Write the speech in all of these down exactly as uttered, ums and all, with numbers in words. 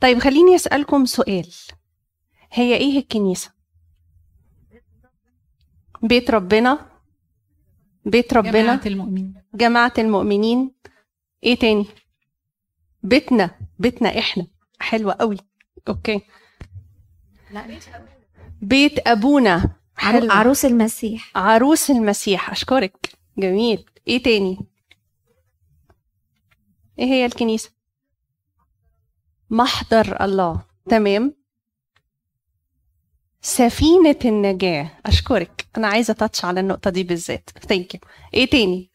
طيب خليني أسألكم سؤال، هي إيه الكنيسة؟ بيت ربنا، بيت ربنا، جماعة المؤمنين، جماعة المؤمنين. إيه تاني؟ بيتنا، بيتنا إحنا. حلوة قوي. أوكي. لا، بيت أبونا. حلوة. عروس المسيح. عروس المسيح. أشكرك. جميل. إيه تاني؟ إيه هي الكنيسة؟ محضر الله. تمام. سفينة النجاة. أشكرك، أنا عايزة تاتش على النقطة دي بالذات. ثانك يو. إيه تاني؟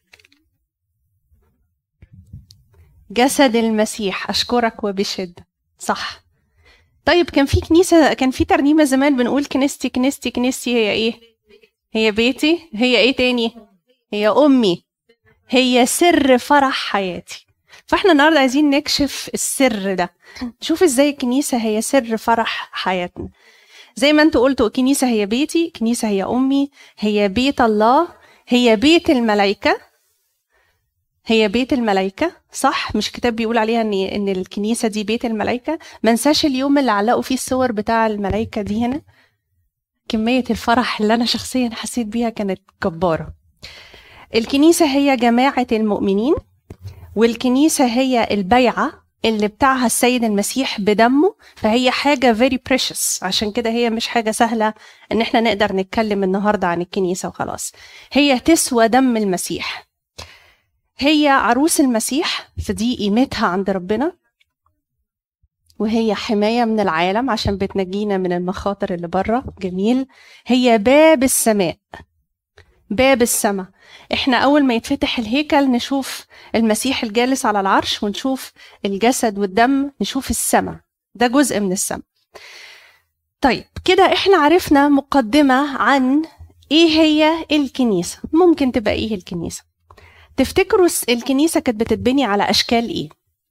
جسد المسيح. أشكرك وبشدة. صح. طيب كان في كنيسة، كان في ترنيمة زمان بنقول كنيستي كنيستي كنيستي. هي إيه؟ هي بيتي. هي إيه تاني؟ هي أمي. هي سر فرح حياتي. فإحنا النهاردة عايزين نكشف السر ده، نشوف إزاي الكنيسة هي سر فرح حياتنا. زي ما انتوا قلتوا، كنيسة هي بيتي، كنيسة هي أمي، هي بيت الله، هي بيت الملائكة، هي بيت الملائكة. صح؟ مش كتاب بيقول عليها ان ان الكنيسة دي بيت الملائكة؟ ما ننساش اليوم اللي علقوا فيه الصور بتاع الملائكة دي هنا. كمية الفرح اللي أنا شخصيا حسيت بيها كانت جبارة. الكنيسة هي جماعة المؤمنين، والكنيسة هي البيعة اللي بتاعها السيد المسيح بدمه، فهي حاجة very precious. عشان كده هي مش حاجة سهلة ان احنا نقدر نتكلم النهاردة عن الكنيسة وخلاص. هي تسوى دم المسيح، هي عروس المسيح، فدي قيمتها عند ربنا. وهي حماية من العالم عشان بتنجينا من المخاطر اللي بره. جميل. هي باب السماء، باب السماء. احنا اول ما يتفتح الهيكل نشوف المسيح الجالس على العرش، ونشوف الجسد والدم، نشوف السماء. ده جزء من السماء. طيب كده احنا عرفنا مقدمة عن ايه هي الكنيسة. ممكن تبقى ايه الكنيسة؟ تفتكروا الكنيسة كانت بتتبني على اشكال ايه؟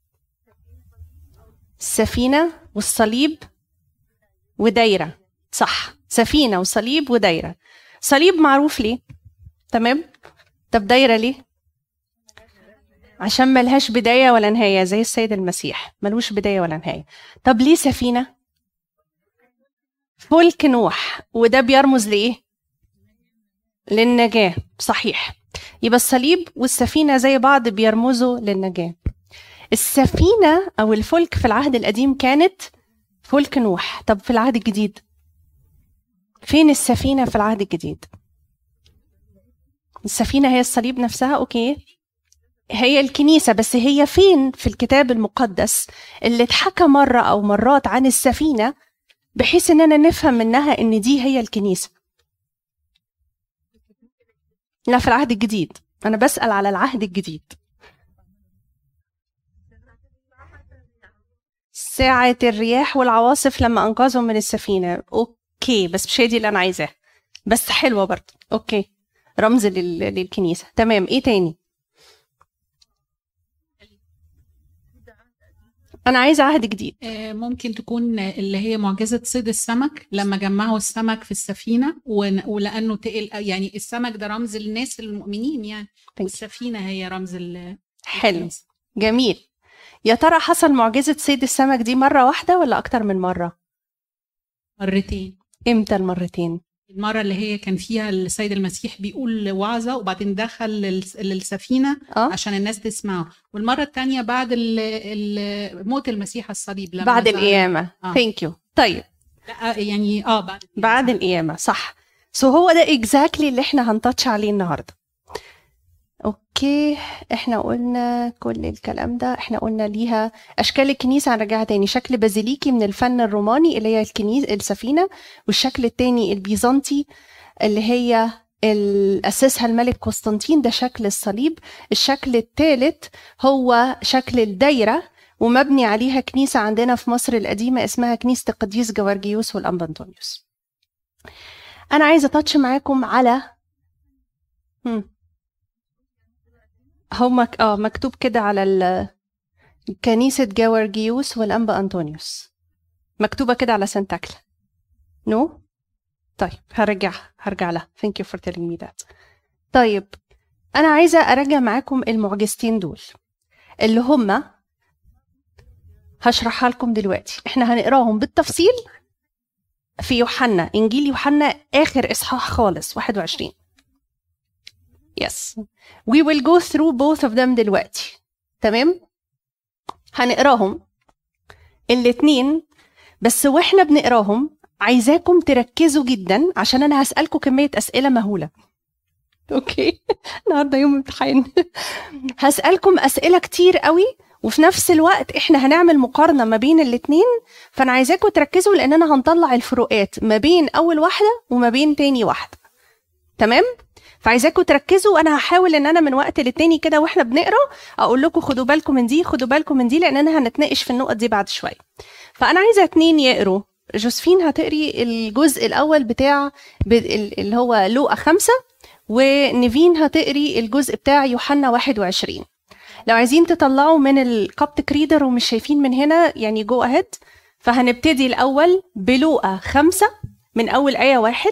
السفينة والصليب ودايرة. صح، سفينة وصليب ودايرة. صليب معروف ليه؟ تمام. طب دايرة ليه؟ عشان ملهاش بداية ولا نهاية، زي السيد المسيح ملوش بداية ولا نهاية. طب ليه سفينة؟ فلك نوح، وده بيرمز لإيه؟ للنجاة. صحيح. يبقى الصليب والسفينة زي بعض، بيرمزوا للنجاة. السفينة أو الفلك في العهد القديم كانت فلك نوح. طب في العهد الجديد فين السفينة في العهد الجديد؟ السفينة هي الصليب نفسها. أوكي، هي الكنيسة، بس هي فين في الكتاب المقدس اللي اتحكى مرة أو مرات عن السفينة بحيث إننا نفهم منها إن دي هي الكنيسة؟ لا، في العهد الجديد. أنا بسأل على العهد الجديد. ساعة الرياح والعواصف لما أنقذهم من السفينة. أوكي، بس مش هي دي اللي أنا عايزاها، بس حلوة برضه. أوكي، رمز لل... للكنيسة. تمام. إيه تاني؟ أنا عايزة عهد جديد. ممكن تكون اللي هي معجزة صيد السمك، لما جمعوا السمك في السفينة، ولأنه تقل، يعني السمك ده رمز للناس المؤمنين يعني، والسفينة هي رمز ال. حلو. جميل. يا ترى حصل معجزة صيد السمك دي مرة واحدة ولا أكتر من مرة؟ مرتين. إمتى المرتين؟ المرة اللي هي كان فيها السيد المسيح بيقول وعظة وبعدين دخل للسفينة أه؟ عشان الناس تسمعه. والمرة الثانية بعد موت المسيح الصليب، لما بعد القيامة. ثانك يو. طيب لا يعني اه بعد القيامة. بعد القيامة. صح. سو هو ده اكزاكتلي اللي احنا هنتاتش عليه النهارده. اوكي، احنا قلنا كل الكلام ده. احنا قلنا ليها اشكال الكنيسه، هنرجعها تاني. شكل بازيليكي من الفن الروماني اللي هي الكنيسه السفينه، والشكل التاني البيزنطي اللي هي اسسها الملك قسطنطين، ده شكل الصليب. الشكل الثالث هو شكل الدايره، ومبني عليها كنيسه عندنا في مصر القديمه اسمها كنيسه القديس جوارجيوس والانبا انطونيوس. انا عايزه اتاتش معاكم على هم. هو مك... اه مكتوب كده على ال... كنيسة جوارجيوس والأنبا أنطونيوس، مكتوبة كده على سنتاكلا. نو no? طيب هرجع هرجع لها. thank you for telling me that. طيب أنا عايزة أرجع معاكم المعجزتين دول اللي هما هشرحها لكم دلوقتي. احنا هنقراهم بالتفصيل في يوحنا، انجيل يوحنا اخر اصحاح خالص واحد وعشرين. Yes. We will go through both of them دلوقتي. تمام؟ هنقراهم الاتنين، بس واحنا بنقراهم عايزاكم تركزوا جدا عشان انا هسألكم كمية اسئلة مهولة. اوكي؟ النهارده يوم امتحان. هسألكم اسئلة كتير قوي، وفي نفس الوقت احنا هنعمل مقارنة ما بين الاتنين، فانا عايزاكم تركزوا لاننا هنطلع الفروقات ما بين اول واحدة وما بين تاني واحدة. تمام؟ فعايزاكم تركزوا، وانا هحاول ان انا من وقت للتاني كده واحنا بنقرا اقول لكم خدوا بالكم من دي، خدوا بالكم من دي، لاننا هنتناقش في النقط دي بعد شويه. فانا عايزه اتنين يقروا. جوزفين هتقري الجزء الاول بتاع اللي هو لوقا خمسة، ونيفين هتقري الجزء بتاع يوحنا واحد وعشرين. لو عايزين تطلعوا من الكابتك ريدر ومش شايفين من هنا يعني جو اهيد. فهنبتدي الاول بلوقا خمسة من اول ايه واحد.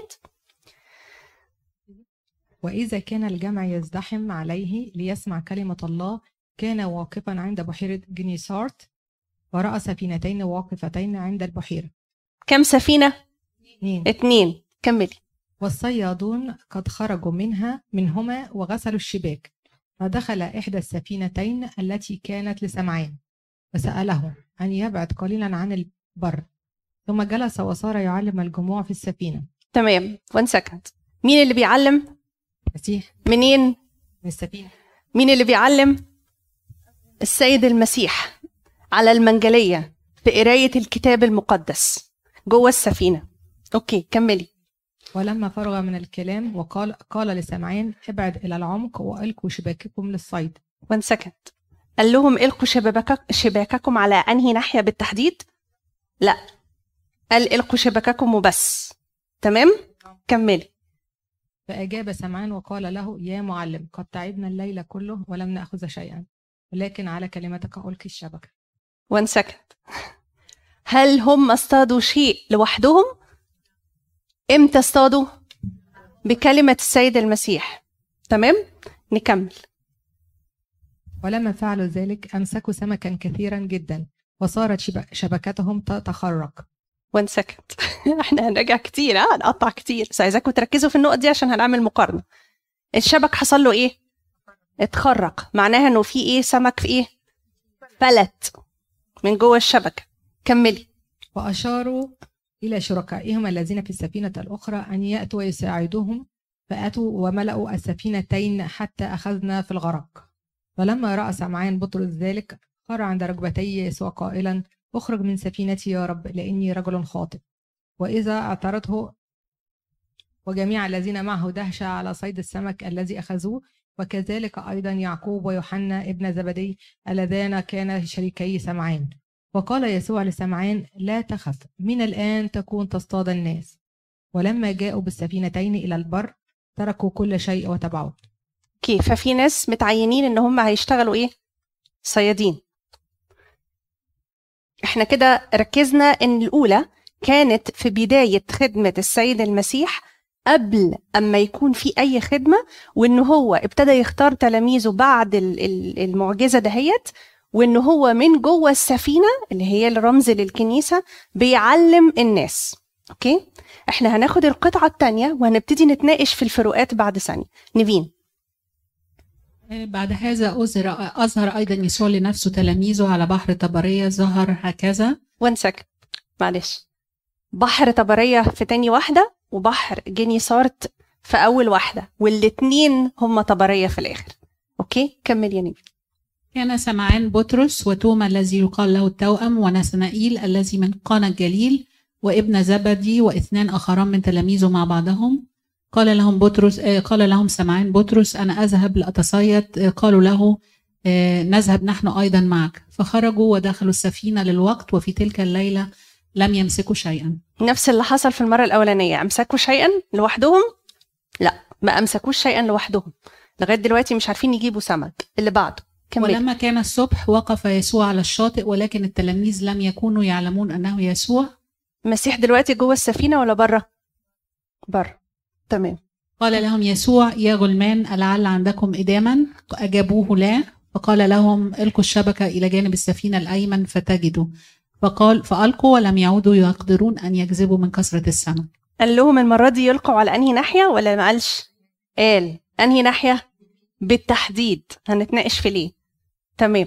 وإذا كان الجمع يزدحم عليه ليسمع كلمة الله، كان واقفا عند بحيرة جنيسارت، ورأى سفينتين واقفتين عند البحيرة. كم سفينة؟ اثنين. اتنين. كملي. والصيادون قد خرجوا منها منهما وغسلوا الشباك، فدخل إحدى السفينتين التي كانت لسمعان، وسأله أن يبعد قليلا عن البر، ثم جلس وصار يعلم الجموع في السفينة. تمام. one second. مين اللي بيعلم؟ المسيح. منين؟ من السفينة. مين اللي بيعلم؟ السيد المسيح على المنجلية في قراية الكتاب المقدس جوه السفينة. اوكي كملي. ولما فرغ من الكلام وقال قال لسمعان ابعد إلى العمق وألقوا شباككم للصيد. one second. قال لهم القوا شباكك شباككم على أنهي ناحية بالتحديد؟ لا، قال القوا شباككم وبس. تمام؟ كملي. فأجاب سمعان وقال له يا معلم قد تعبنا الليل كله ولم نأخذ شيئا، ولكن على كلمتك ألقي الشبكة. one second. هل هم اصطادوا شيء لوحدهم؟ امتى اصطادوا؟ بكلمة السيد المسيح. تمام؟ نكمل. ولما فعلوا ذلك أمسكوا سمكا كثيرا جدا، وصارت شبكتهم تتخرق. one second. احنا هنرجع كتير، ها هنقطع كتير، بس عايزاكم تركزوا في النقط دي عشان هنعمل مقارنة. الشبك حصل له ايه؟ اتخرق، معناها انه في ايه؟ سمك في ايه؟ فلت من جوه الشبكة. كملي. وأشاروا إلى شركائهم الذين في السفينة الأخرى أن يأتوا ويساعدوهم، فأتوا وملأوا السفينتين حتى أخذنا في الغرق. فلما رأى سمعان بطرس ذلك خر عند ركبتي يسوع قائلا اخرج من سفينتي يا رب لاني رجل خاطئ. واذا اعترته وجميع الذين معه دهشه على صيد السمك الذي اخذوه، وكذلك ايضا يعقوب ويوحنا ابن زبدي اللذان كانا شريكي سمعان. وقال يسوع لسمعان لا تخف، من الان تكون تصطاد الناس. ولما جاءوا بالسفينتين الى البر تركوا كل شيء وتبعوه. اوكي، ففي ناس متعينين ان هم هيشتغلوا ايه؟ صيادين. احنا كده ركزنا ان الاولى كانت في بداية خدمة السيد المسيح قبل اما يكون في اي خدمة، وان هو ابتدى يختار تلاميذه بعد المعجزة دهيت، وان هو من جوه السفينة اللي هي الرمز للكنيسة بيعلم الناس. اوكي، احنا هناخد القطعة التانية وهنبتدي نتناقش في الفروقات بعد ثانية. نيفين. بعد هذا أظهر أظهر أيضا يسوع لنفسه تلاميذه على بحر طبرية، ظهر هكذا. وان سك معلش، بحر طبرية في تاني واحدة وبحر جنيسارت في أول واحدة، والاتنين هم طبرية في الآخر. أوكي كمل يا نبي. كان سمعان بطرس وتوما الذي يقال له التوأم ونثنائيل الذي من قانا الجليل وابن زبدي واثنان آخران من تلاميذه مع بعضهم. قال لهم بطرس قال لهم سمعان بطرس أنا أذهب لأتصيد. قالوا له نذهب نحن أيضا معك، فخرجوا ودخلوا السفينة للوقت، وفي تلك الليلة لم يمسكوا شيئا. نفس اللي حصل في المرة الأولانية. أمسكوا شيئا لوحدهم؟ لا، ما أمسكوش شيئا لوحدهم، لغاية دلوقتي مش عارفين يجيبوا سمك. اللي بعده كمل. ولما كان الصبح وقف يسوع على الشاطئ، ولكن التلاميذ لم يكونوا يعلمون أنه يسوع. المسيح دلوقتي جوه السفينة ولا بره؟ بره. تمام. قال لهم يسوع يا غلمان ألعل عندكم إداما؟ أجابوه لا. فقال لهم القوا الشبكة إلى جانب السفينة الأيمن فتجدوا، فقال فألقوا ولم يعودوا يقدرون أن يجذبوا من كثرة السمك. قال لهم المرة دي يلقوا على أنهي ناحية ولا ما قالش؟ قال أنهي ناحية بالتحديد، هنتناقش في ليه. تمام،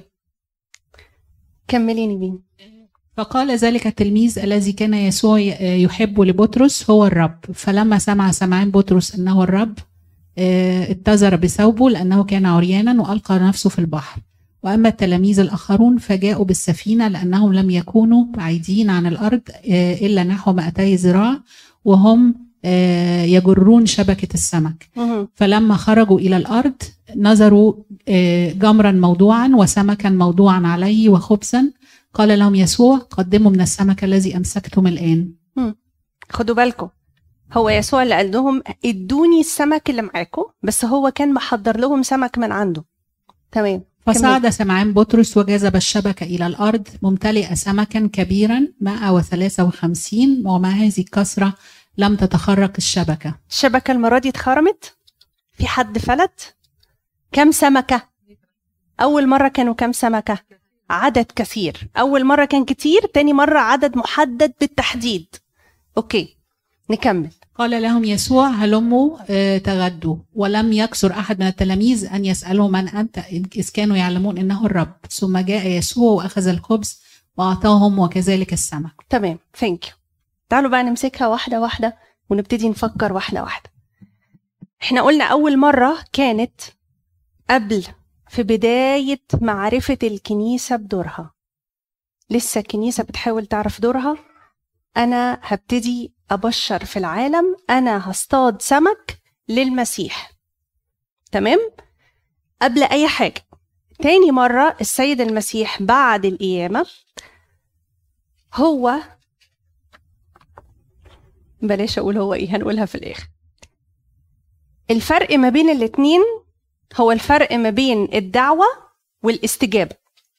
كمليني بين. فقال ذلك التلميذ الذي كان يسوع يحب لبطرس هو الرب. فلما سمع سمعان بطرس أنه الرب اتزر بثوبه لأنه كان عريانا وألقى نفسه في البحر. وأما التلاميذ الآخرون فجاءوا بالسفينة لأنهم لم يكونوا بعيدين عن الأرض إلا نحو مائتي ذراع، وهم يجرون شبكة السمك. فلما خرجوا إلى الأرض نظروا جمرا موضوعا وسمكا موضوعا عليه وخبزا. قال لهم يسوع قدموا من السمك الذي أمسكتم الآن. خدوا بالكم، هو يسوع اللي قال لهم ادوني السمك اللي معاكم، بس هو كان محضر لهم سمك من عنده. تمام. فصعد سمعان بطرس وجذب الشبكة إلى الأرض ممتلئ سمكا كبيرا مائة وثلاثة وخمسين، ومع هذه الكثرة لم تتخرق الشبكة. الشبكة المرة دي اتخرمت؟ في حد فلت؟ كم سمكة؟ أول مرة كانوا كم سمكة؟ عدد كثير. أول مرة كان كتير، تاني مرة عدد محدد بالتحديد. أوكي نكمل. قال لهم يسوع هلموا اه تغدوا، ولم يكسر أحد من التلاميذ أن يسألوا من أنت إذ كانوا يعلمون إنه الرب. ثم جاء يسوع وأخذ الخبز وأعطاهم وكذلك السمك. تمام، ثانك يو. تعالوا بقى نمسكها واحدة واحدة ونبتدي نفكر واحدة واحدة. احنا قلنا أول مرة كانت قبل في بداية معرفة الكنيسة بدورها، لسه الكنيسة بتحاول تعرف دورها. أنا هبتدي أبشر في العالم، أنا هصطاد سمك للمسيح. تمام؟ قبل أي حاجة. تاني مرة السيد المسيح بعد القيامة هو، بلاش أقول هو إيه، هنقولها في الآخر. الفرق ما بين الاتنين هو الفرق ما بين الدعوة والاستجابة.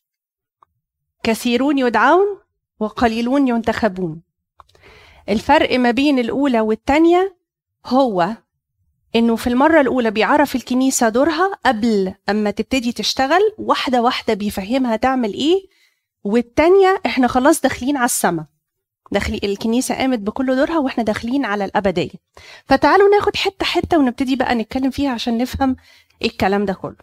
كثيرون يدعون وقليلون ينتخبون. الفرق ما بين الأولى والتانية هو إنه في المرة الأولى بيعرف الكنيسة دورها قبل أما تبتدي تشتغل، واحدة واحدة بيفهمها تعمل إيه. والتانية إحنا خلاص داخلين على السماء، داخلين الكنيسة قامت بكل دورها وإحنا داخلين على الأبدية. فتعالوا ناخد حتة حتة ونبتدي بقى نتكلم فيها عشان نفهم إيه الكلام ده كله.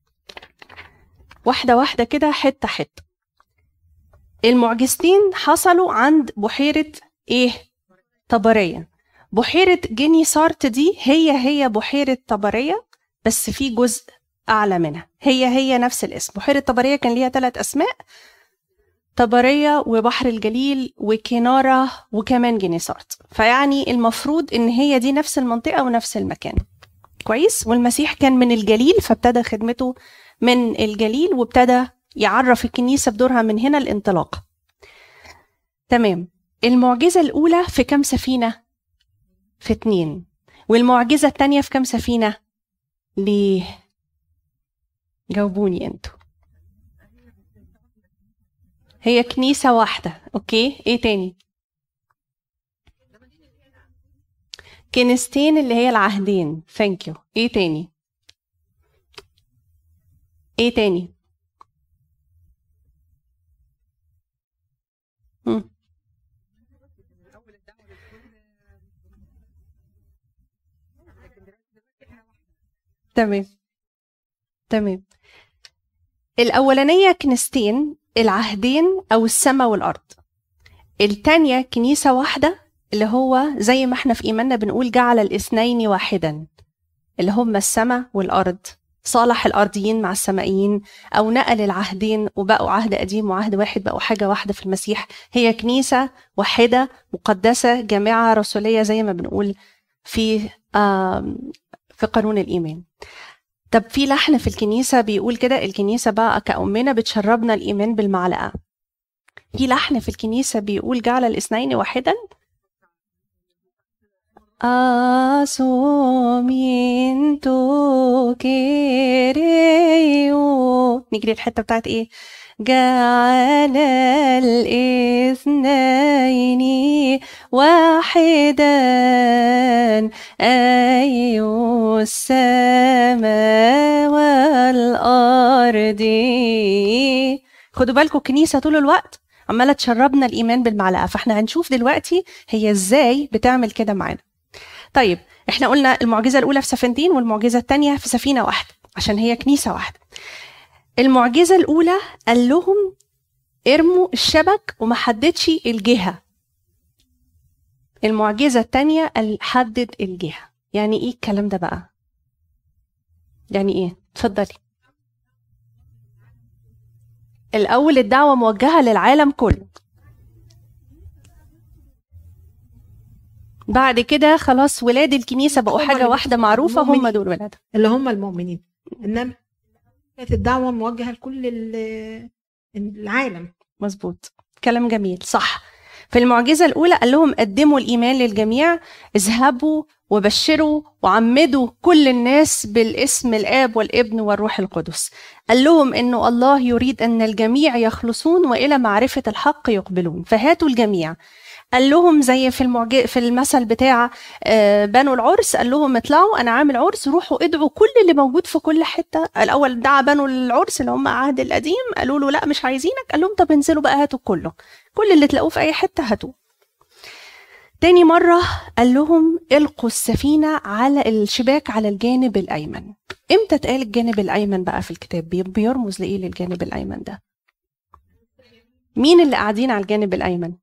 واحدة واحدة كده، حتة حتة. المعجزتين حصلوا عند بحيرة إيه؟ طبرية. بحيرة جيني سارت دي هي هي بحيرة طبرية، بس في جزء أعلى منها. هي هي نفس الاسم. بحيرة طبرية كان ليها ثلاث أسماء: طبرية وبحر الجليل وكنارة وكمان جيني سارت. فيعني المفروض إن هي دي نفس المنطقة ونفس المكان. كويس. والمسيح كان من الجليل، فابتدى خدمته من الجليل وابتدى يعرف الكنيسة بدورها من هنا الانطلاق. تمام. المعجزة الأولى في كم سفينة؟ في اتنين. والمعجزة التانية في كم سفينة؟ ليه؟ جاوبوني انتوا. هي كنيسة واحدة. اوكي، ايه تاني؟ كنيستين اللي هي العهدين. ثانك يو. ايه تاني؟ ايه تاني؟ هم. تمام تمام. الأولانية كنيستين العهدين أو السماء والأرض. التانية كنيسة واحدة اللي هو زي ما احنا في إيماننا بنقول جعل الاثنين واحدا، اللي هم السماء والأرض. صالح الأرضيين مع السمائيين، أو نقل العهدين وبقوا عهد قديم وعهد واحد، بقوا حاجة واحدة في المسيح. هي كنيسة واحدة مقدسة جامعة رسولية زي ما بنقول في في قانون الإيمان. طب في لحن في الكنيسة بيقول كده، الكنيسة بقى كأمنا بتشربنا الإيمان بالمعلقة. في لحن في الكنيسة بيقول جعل الاثنين واحدا. أسومينتو كيريو. نيجي الحتة بتاعت إيه؟ جعل الاثنين واحدا أي السماء والأرض. خدوا بالكم الكنيسة طول الوقت عمالة تشربنا الإيمان بالمعلقة، فاحنا هنشوف دلوقتي هي ازاي بتعمل كده معانا. طيب احنا قلنا المعجزة الأولى في سفينتين والمعجزة الثانية في سفينة واحدة عشان هي كنيسة واحدة. المعجزة الأولى قال لهم ارموا الشبك وما حددش الجهة. المعجزة الثانية قال حدد الجهة. يعني ايه الكلام ده بقى؟ يعني ايه؟ اتفضلي. الأول الدعوة موجهة للعالم كله، بعد كده خلاص ولاد الكنيسة بقوا حاجة واحدة معروفة، هم دول ولادها اللي هم المؤمنين. إنما كانت الدعوة موجهة لكل العالم. مظبوط، كلام جميل، صح. في المعجزة الأولى قال لهم قدموا الإيمان للجميع، اذهبوا وبشروا وعمدوا كل الناس بالاسم الآب والابن والروح القدس. قال لهم إنه الله يريد أن الجميع يخلصون وإلى معرفة الحق يقبلون، فهاتوا الجميع. قال لهم زي في المعج... في المثل بتاع بنو العرس، قال لهم اطلعوا أنا عامل عرس، روحوا ادعوا كل اللي موجود في كل حتة. الأول دعا بنو العرس اللي هم عهد القديم، قالوا له لا مش عايزينك، قال لهم طب انزلوا بقى هاتوا كله، كل اللي تلاقوه في أي حتة هاتوه. تاني مرة قال لهم القوا السفينة على الشباك على الجانب الأيمن. امتى اتقال الجانب الأيمن بقى في الكتاب؟ بيرمز لإيه للجانب الأيمن ده؟ مين اللي قاعدين على الجانب الأيمن؟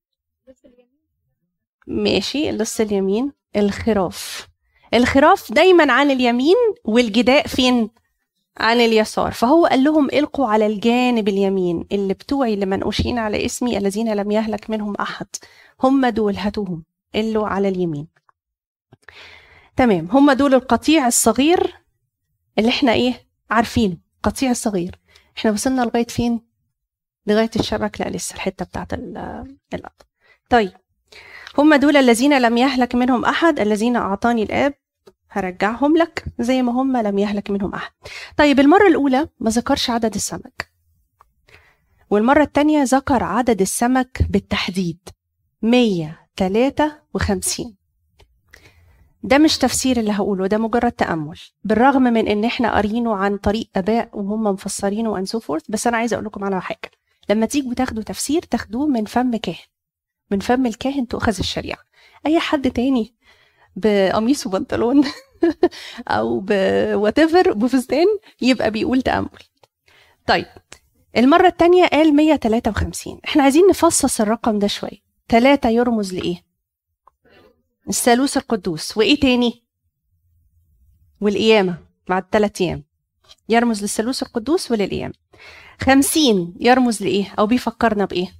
ماشي، اللص اليمين، الخراف. الخراف دايما عن اليمين والجداء فين؟ عن اليسار. فهو قال لهم القوا على الجانب اليمين، اللي بتوعي اللي منقوشين على اسمي الذين لم يهلك منهم أحد، هم دول هاتوهم اللي على اليمين. تمام، هم دول القطيع الصغير اللي احنا ايه عارفينه، قطيع الصغير. احنا وصلنا لغاية فين؟ لغاية الشبك؟ لا لسه الحتة بتاعت الأرض. طيب هم دول الذين لم يهلك منهم أحد الذين أعطاني الآب هرجعهم لك زي ما هم لم يهلك منهم أحد. طيب المرة الأولى ما ذكرش عدد السمك، والمرة الثانية ذكر عدد السمك بالتحديد مية وثلاثة وخمسين. ده مش تفسير اللي هقوله، ده مجرد تأمل، بالرغم من ان احنا قارينه عن طريق اباء وهم مفسرينه وان سو فورث. بس انا عايزه اقول لكم على حاجه، لما تيجوا تاخدوا تفسير تاخدوه من فم كاهن، من فم الكاهن تؤخذ الشريعه. اي حد تاني بقميص وبنطلون او بواتيفر بفستان يبقى بيقول تأمل. طيب المره الثانيه قال مية وثلاثة وخمسين. احنا عايزين نفصص الرقم ده شويه. ثلاثة يرمز لايه؟ الثالوث القدوس. وايه تاني؟ والقيامه بعد ثلاث ايام يرمز للثالوث القدوس وللقيامه. خمسين يرمز لايه او بيفكرنا بايه؟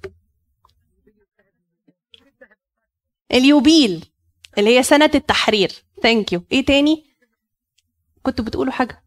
اليوبيل اللي هي سنه التحرير. ثانك يو. ايه تاني كنتوا بتقولوا حاجه؟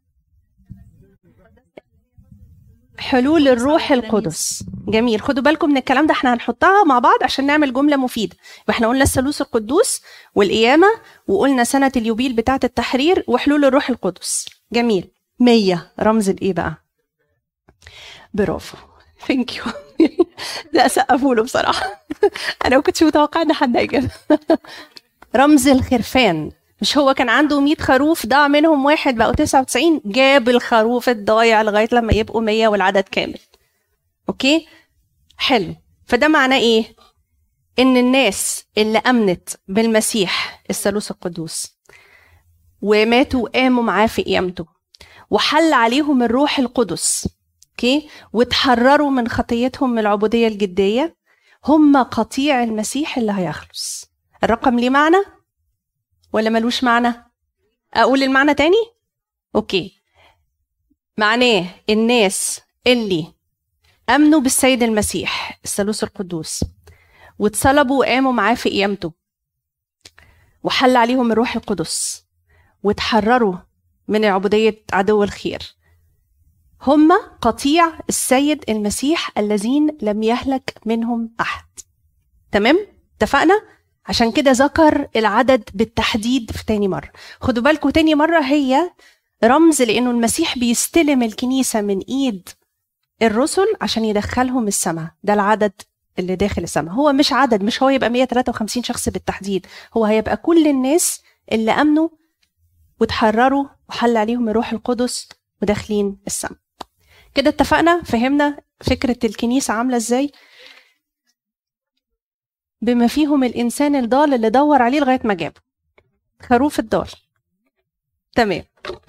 حلول الروح القدس. جميل، خدوا بالكم من الكلام ده، احنا هنحطها مع بعض عشان نعمل جمله مفيده. احنا قلنا الثالوث القدوس والقيامه، وقلنا سنه اليوبيل بتاعه التحرير، وحلول الروح القدس. جميل. مية رمز الايه بقى؟ برافو، ثانك يو. لا سقفوا له بصراحه. انا ما كنتش متوقعه ان حد هيجيب. رمز الخرفان. مش هو كان عنده مية خروف، ضاع منهم واحد بقوا تسعة وتسعين، جاب الخروف الضايع لغايه لما يبقوا مية والعدد كامل. اوكي حلو. فده معناه ايه؟ ان الناس اللي امنت بالمسيح الثالوث القدوس وماتوا وقاموا معاه في قيامته وحل عليهم الروح القدس، اوكي، وتحرروا من خطيتهم من العبوديه الجديه، هم قطيع المسيح اللي هيخلص. الرقم ليه معنى ولا ملوش معنى؟ اقول المعنى تاني؟ اوكي، معناه الناس اللي امنوا بالسيد المسيح الثالوث القدوس واتصلبوا وقاموا معاه في قيامته وحل عليهم الروح القدس وتحرروا من عبودية عدو الخير، هم قطيع السيد المسيح الذين لم يهلك منهم أحد. تمام؟ اتفقنا؟ عشان كده ذكر العدد بالتحديد في تاني مرة. خدوا بالكم تاني مرة هي رمز لأنه المسيح بيستلم الكنيسة من إيد الرسل عشان يدخلهم السماء. ده العدد اللي داخل السماء. هو مش عدد، مش هو يبقى مية وتلاتة وخمسين شخص بالتحديد، هو هيبقى كل الناس اللي امنوا وتحرروا وحل عليهم الروح القدس وداخلين السماء. كده اتفقنا؟ فهمنا فكرة الكنيسة عاملة ازاي؟ بما فيهم الإنسان الضال اللي دور عليه لغاية ما جابه، خروف الضال. تمام.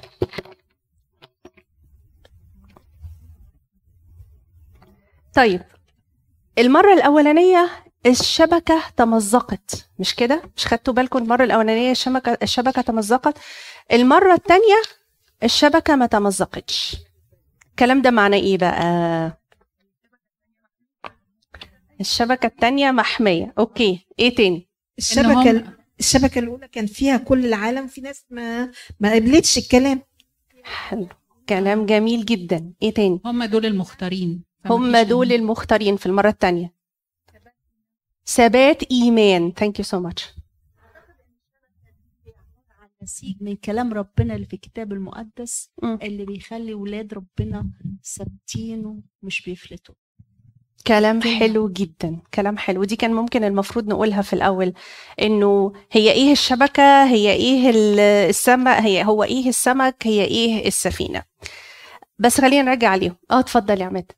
طيب المرة الأولانية الشبكة تمزقت، مش كده؟ مش خدتوا بالكم المرة الأولانية الشبكة الشبكة تمزقت؟ المرة التانية الشبكة ما تمزقتش. الكلام ده معناه ايه بقى؟ الشبكة التانية محمية. اوكي، ايه تاني؟ الشبكة ال- الشبكة الأولى كان فيها كل العالم، في ناس ما ما قبلتش الكلام. حلو، كلام جميل جدا. ايه تاني؟ هم دول المختارين. هم دول المختارين في المرة التانية. ثبات إيمان. thank you so much. نسيج من كلام ربنا اللي في الكتاب المقدس م. اللي بيخلي ولاد ربنا ثابتين ومش بيفلتوا. كلام حلو جدا، كلام حلو. دي كان ممكن المفروض نقولها في الأول، إنه هي إيه الشبكة، هي إيه السمك، هي هو إيه السمك، هي إيه السفينة. بس خلينا نرجع عليهم. اه اتفضل يا عماد.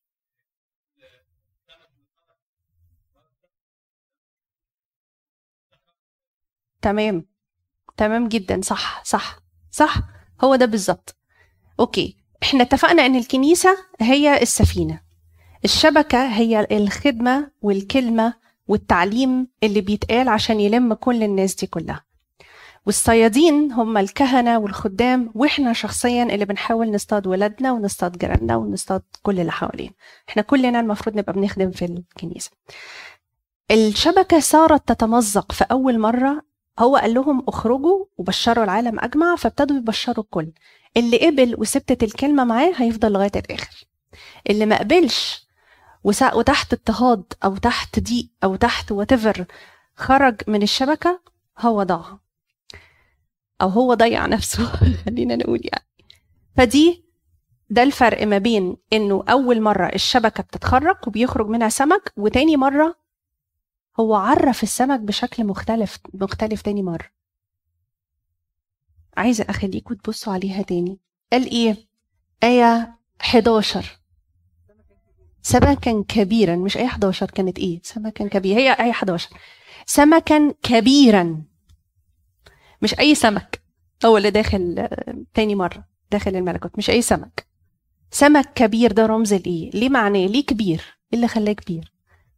تمام تمام جدا، صح صح صح، هو ده بالظبط. اوكي، احنا اتفقنا ان الكنيسة هي السفينة، الشبكة هي الخدمة والكلمة والتعليم اللي بيتقال عشان يلم كل الناس دي كلها، والصيادين هم الكهنة والخدام، واحنا شخصيا اللي بنحاول نصطاد ولادنا ونصطاد جيراننا ونصطاد كل اللي حوالينا. احنا كلنا المفروض نبقى بنخدم في الكنيسة. الشبكة صارت تتمزق في أول مرة. هو قال لهم اخرجوا وبشروا العالم أجمع، فابتدوا يبشروا الكل. اللي قبل وثبتت الكلمة معاه هيفضل لغاية الآخر. اللي ما قبلش وتحت اضطهاد أو تحت ضيق أو تحت whatever خرج من الشبكة، هو ضاع أو هو ضيع نفسه خلينا نقول يعني. فدي ده الفرق ما بين إنه أول مرة الشبكة بتتخرق وبيخرج منها سمك، وتاني مرة هو عرف السمك بشكل مختلف مختلف تاني مرة. عايزة أخليكم تبصوا عليها تاني. قال إيه؟ آية حداشر، سمكا كبيرا. مش آية حداشر كانت إيه؟ سمكا كبيرا. هي آية حداشر، سمكا كبيرا، مش أي سمك. هو اللي داخل تاني مرة داخل الملكوت، مش أي سمك. سمك كبير ده رمز لإيه؟ ليه معناه؟ ليه كبير؟ إيه اللي خلاه كبير؟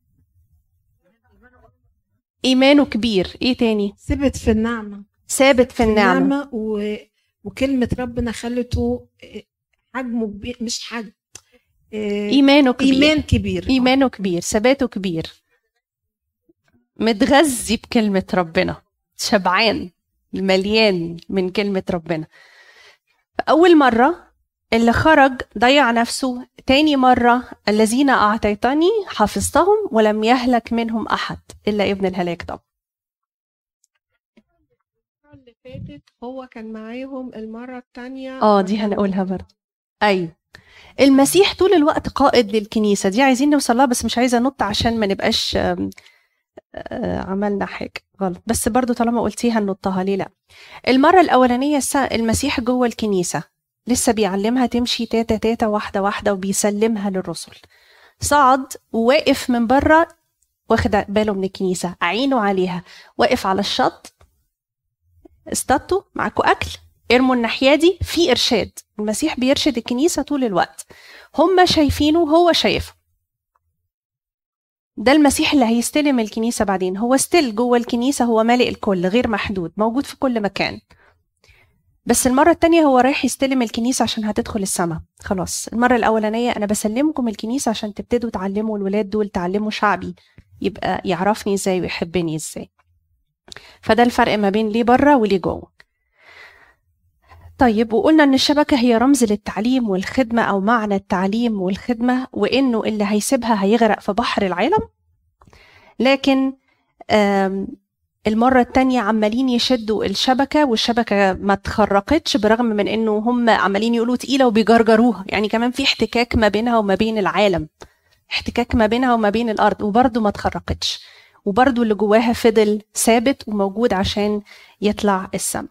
إيمانه كبير. إيه تاني؟ ثبت في النعمة. ثابت في النعمة, النعمة و... وكلمة ربنا خلته حجمه كبير، مش حجم، إيمانه كبير. إيمان كبير. إيمانه كبير، ثباته كبير، متغذي بكلمة ربنا، شبعان مليان من كلمة ربنا. أول مرة اللي خرج ضيع نفسه. تاني مرة الذين أعطيتني حفظتهم ولم يهلك منهم أحد إلا ابن الهلاك. طب اللي فاتت هو كان معاهم، المرة التانية اه دي هنقولها برضه. أيوة، المسيح طول الوقت قائد للكنيسة دي، عايزين نوصلها بس مش عايزة نط عشان ما نبقاش عملنا حاجة غلط، بس برضو طالما قلتيها ننطها ليه لا. المرة الأولانية المسيح جوه الكنيسة لسه بيعلمها تمشي تاتا تاتا واحدة واحدة وبيسلمها للرسل. صعد وواقف من بره واخد باله من الكنيسة، عينه عليها، واقف على الشط، اصطادتوا معاكوا أكل، ارموا الناحية دي، في إرشاد. المسيح بيرشد الكنيسة طول الوقت، هم شايفينه وهو شايفه. ده المسيح اللي هيستلم الكنيسة بعدين. هو ستيل جوه الكنيسة، هو مالئ الكل، غير محدود، موجود في كل مكان. بس المرة التانية هو رايح يستلم الكنيسة عشان هتدخل السماء. خلاص، المرة الأولانية أنا بسلمكم الكنيسة عشان تبتدوا تعلموا الولاد دول، تعلموا شعبي يبقى يعرفني إزاي ويحبني إزاي. فده الفرق ما بين ليه بره وليه جوه. طيب، وقلنا ان الشبكة هي رمز للتعليم والخدمة، او معنى التعليم والخدمة، وانه اللي هيسيبها هيغرق في بحر العالم. لكن المرة التانية عمالين يشدوا الشبكة والشبكة ما تخرقتش برغم من انه هم عمالين يقولوا تقيلة وبيجرجروها، يعني كمان في احتكاك ما بينها وما بين العالم، احتكاك ما بينها وما بين الارض، وبرضه ما تخرقتش، وبرضه اللي جواها فضل ثابت وموجود عشان يطلع السما.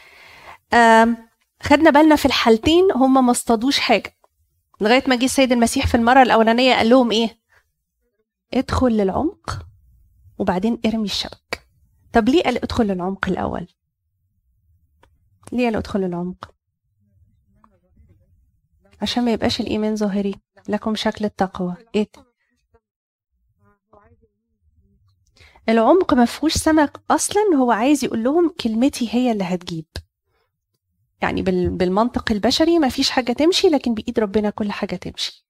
خدنا بالنا في الحالتين هم ما اصطادوش حاجة لغاية ما جه السيد المسيح في المرة الأولانية قال لهم ايه؟ ادخل للعمق وبعدين ارمي الشبك. طب ليه قال ادخل للعمق الأول؟ ليه قال ادخل للعمق؟ عشان ما يبقاش الإيمان ظاهري، لكم شكل التقوى. ايه؟ العمق ما فيهوش سمك أصلا، هو عايز يقول لهم كلمتي هي اللي هتجيب. يعني بالمنطق البشري ما فيش حاجة تمشي، لكن بإيد ربنا كل حاجة تمشي.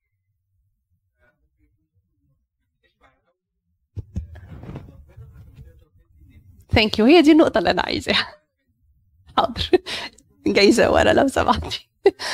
ثانك يو، هي دي النقطة اللي أنا عايزاها. حاضر، جايزة ورا لو سمحتي.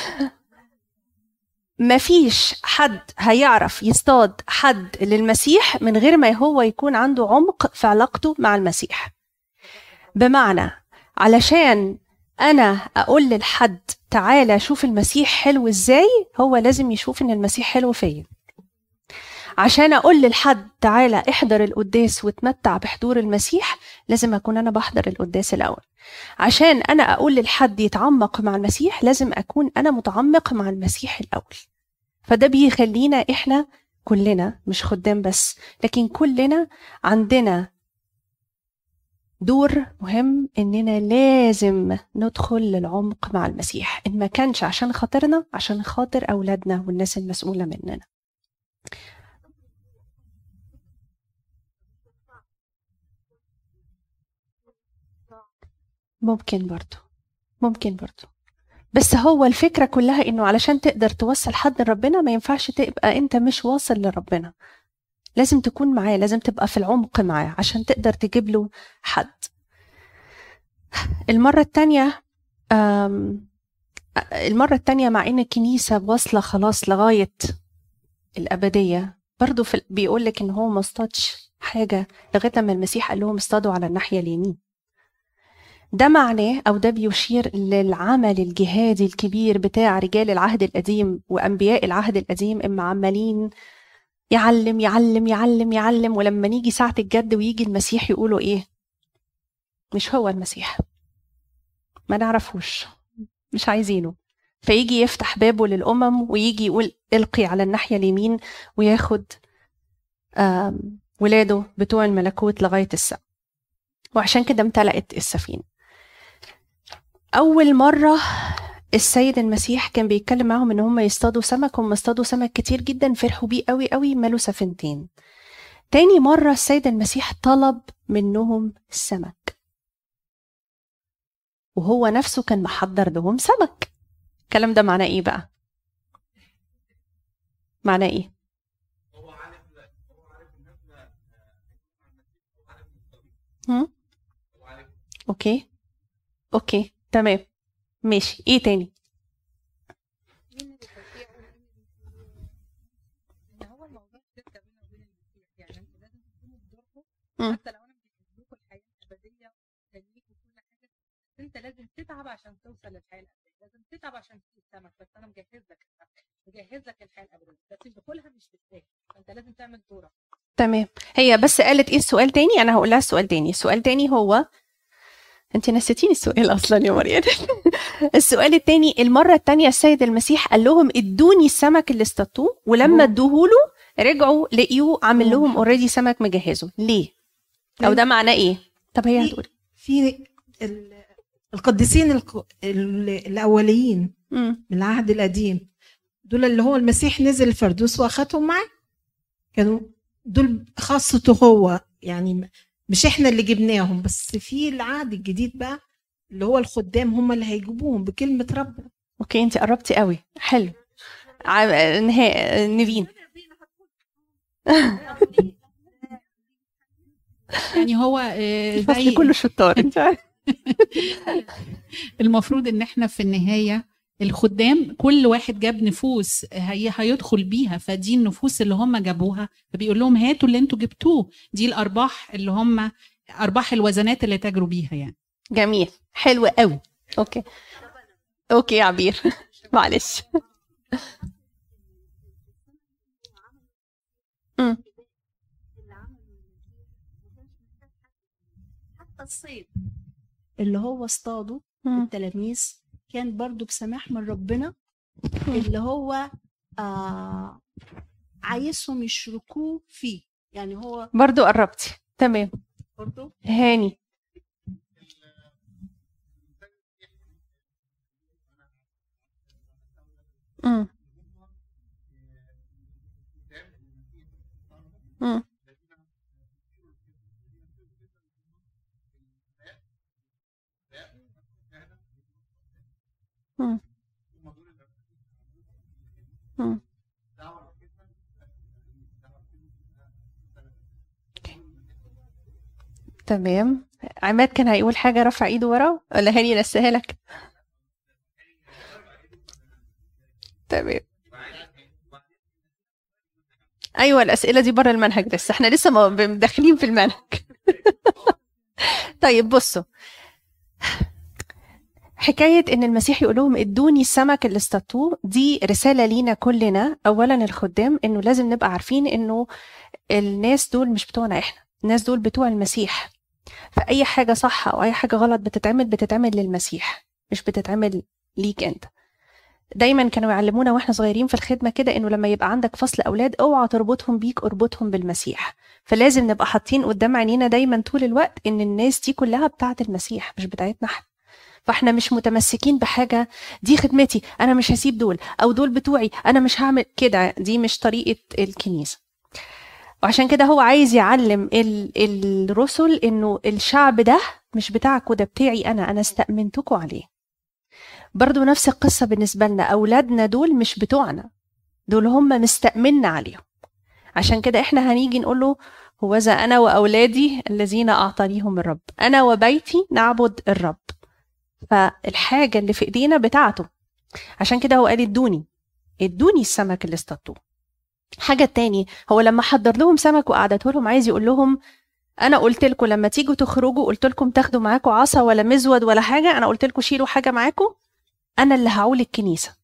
مفيش حد هيعرف يصطاد حد للمسيح من غير ما هو يكون عنده عمق في علاقته مع المسيح. بمعنى علشان أنا أقول للحد تعالى شوف المسيح حلو إزاي، هو لازم يشوف إن المسيح حلو فيا. عشان أقول للحد تعالى احضر القداس وتمتع بحضور المسيح، لازم أكون أنا بحضر القداس الأول. عشان أنا أقول للحد يتعمق مع المسيح، لازم أكون أنا متعمق مع المسيح الأول. فده بيخلينا إحنا كلنا، مش خدام بس، لكن كلنا عندنا دور مهم، إننا لازم ندخل للعمق مع المسيح، إن ما كانش عشان خاطرنا، عشان خاطر أولادنا والناس المسؤولة مننا. ممكن برضو، ممكن برضو، بس هو الفكرة كلها إنه علشان تقدر توصل حد لربنا ما ينفعش تبقى أنت مش واصل لربنا، لازم تكون معاه، لازم تبقى في العمق معاه عشان تقدر تجيب له حد. المرة التانية المرة التانية مع إن الكنيسة واصلة خلاص لغاية الأبدية، برضو بيقولك إن هو ما اصطادش حاجة لغاية ما المسيح قال لهم اصطادوا على الناحية اليمين. ده معناه أو ده بيشير للعمل الجهادي الكبير بتاع رجال العهد القديم وأنبياء العهد القديم، إما عمالين يعلم يعلم يعلم يعلم، ولما نيجي ساعة الجد ويجي المسيح يقولوا إيه؟ مش هو المسيح، ما نعرفوش، مش عايزينه. فيجي يفتح بابه للأمم ويجي يقول القي على الناحية اليمين، وياخد ولاده بتوع الملكوت لغاية السماء. وعشان كده امتلأت السفينة. أول مرة السيد المسيح كان بيتكلم معهم إن هم يصطادوا سمك، هم اصطادوا سمك كتير جدا، فرحوا بيه قوي قوي، مالوا سفينتين. تاني مرة السيد المسيح طلب منهم السمك، وهو نفسه كان محضر لهم سمك. الكلام ده معناه إيه بقى؟ معناه إيه؟ هم؟ أوكي أوكي تمام ماشي. إيه تاني؟ حتى لو انا مش لكم الحياه الابديه وتنميك وكل حاجه، انت لازم تتعب عشان توصل للحياه الابديه، لازم تتعب عشان تجيب سمك، بس انا مجهز لك مجهز لك الحياه الابديه، بس دخولها مش بالسهل، فانت لازم تعمل دورك. تمام. هي بس قالت ايه السؤال تاني؟ انا هقول لها السؤال تاني. السؤال تاني هو، انت نسيتيني السؤال اصلا يا مريم. السؤال التاني، المره التانيه السيد المسيح قال لهم ادوني السمك اللي اصطادتوه، ولما ادوهوله رجعوا لقيوه عامل لهم اوريدي سمك مجهزه. ليه؟ او ده معناه ايه؟ طب هي هتقول في القديسين الاوليين مم. من العهد القديم، دول اللي هو المسيح نزل الفردوس واخدهم معاه، كانوا دول خاصته هو، يعني مش احنا اللي جبناهم، بس في العهد الجديد بقى اللي هو الخدام هم اللي هيجيبوهم بكلمة ربنا. اوكي انت قربتي قوي، حلو. نهاية نيفين. يعني هو زي كله شطار انت عارف. المفروض ان احنا في النهايه الخدام كل واحد جاب نفوس هي هيدخل بيها، فدي النفوس اللي هم جابوها، فبيقول لهم هاتوا اللي انتوا جبتوه، دي الارباح اللي هم ارباح الوزنات اللي تجروا بيها يعني. جميل، حلو قوي. اوكي اوكي يا عبير معلش. امم حتى الصيد اللي هو اصطادوا التلاميذ كان برضو بسماح من ربنا، اللي هو آه عايزهم يشركوه فيه. يعني هو برضو قربتي. تمام. برضو هاني. امم امم امم امم تمام. عماد كان هيقول حاجة، رفع ايده ورا ولا هاني نساها لك؟ تمام. ايوه الاسئله دي بره المنهج لسه، احنا لسه ما داخلين في المنهج. طيب بصوا، حكايه ان المسيح يقول لهم ادوني السمك اللي اصطادتوه، دي رساله لينا كلنا. اولا الخدام، انه لازم نبقى عارفين انه الناس دول مش بتوعنا احنا، الناس دول بتوع المسيح. فاي حاجه صح او اي حاجه غلط بتتعمل بتتعمل للمسيح، مش بتتعمل ليك انت. دايما كانوا يعلمونا واحنا صغيرين في الخدمه كده، انه لما يبقى عندك فصل اولاد اوعى تربطهم بيك، اربطهم بالمسيح. فلازم نبقى حاطين قدام عينينا دايما طول الوقت ان الناس دي كلها بتاعه المسيح مش بتاعتنا احنا. فاحنا مش متمسكين بحاجه دي خدمتي انا مش هسيب دول، او دول بتوعي انا مش هعمل كده. دي مش طريقه الكنيسه. وعشان كده هو عايز يعلم الرسل انه الشعب ده مش بتاعك، وده بتاعي انا انا استأمنتكم عليه. برضو نفس القصة بالنسبة لنا، أولادنا دول مش بتوعنا، دول هم مستأمننا عليهم. عشان كده إحنا هنيجي نقول له هوذا أنا وأولادي الذين أعطانيهم الرب، أنا وبيتي نعبد الرب. فالحاجة اللي في إيدينا بتاعته. عشان كده هو قال ادوني ادوني السمك اللي اصطادتوه. حاجة تاني، هو لما حضر لهم سمك وقعدته لهم عايز يقول لهم أنا قلت لكم لما تيجوا تخرجوا قلت لكم تاخدوا معاكم عصا ولا مزود ولا حاجة، أنا قلت لكم شيلوا حاجة معاكم، أنا اللي هعول الكنيسة.